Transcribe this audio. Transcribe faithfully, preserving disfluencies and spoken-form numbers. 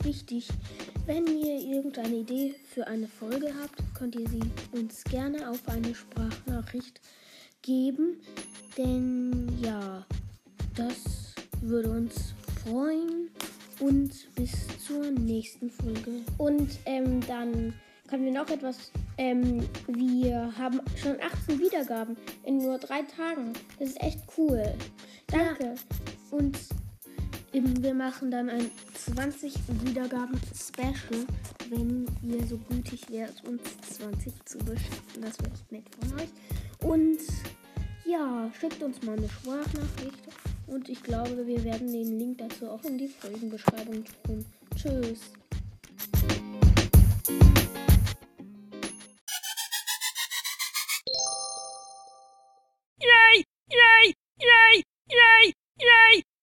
wichtig, wenn ihr irgendeine Idee für eine Folge habt, könnt ihr sie uns gerne auf eine Sprachnachricht geben. Denn ja, das würde uns freuen. Und bis zur nächsten Folge. Und ähm, dann können wir noch etwas. Ähm, wir haben schon achtzehn Wiedergaben in nur drei Tagen. Das ist echt cool. Danke. Ja. Und ähm, wir machen dann ein zwanzig Wiedergaben-Special, wenn ihr so gütig wärt, uns zwanzig zu beschaffen. Das wäre echt nett von euch. Und ja, schickt uns mal eine Sprachnachricht. Und ich glaube, wir werden den Link dazu auch in die Folgenbeschreibung tun. Tschüss.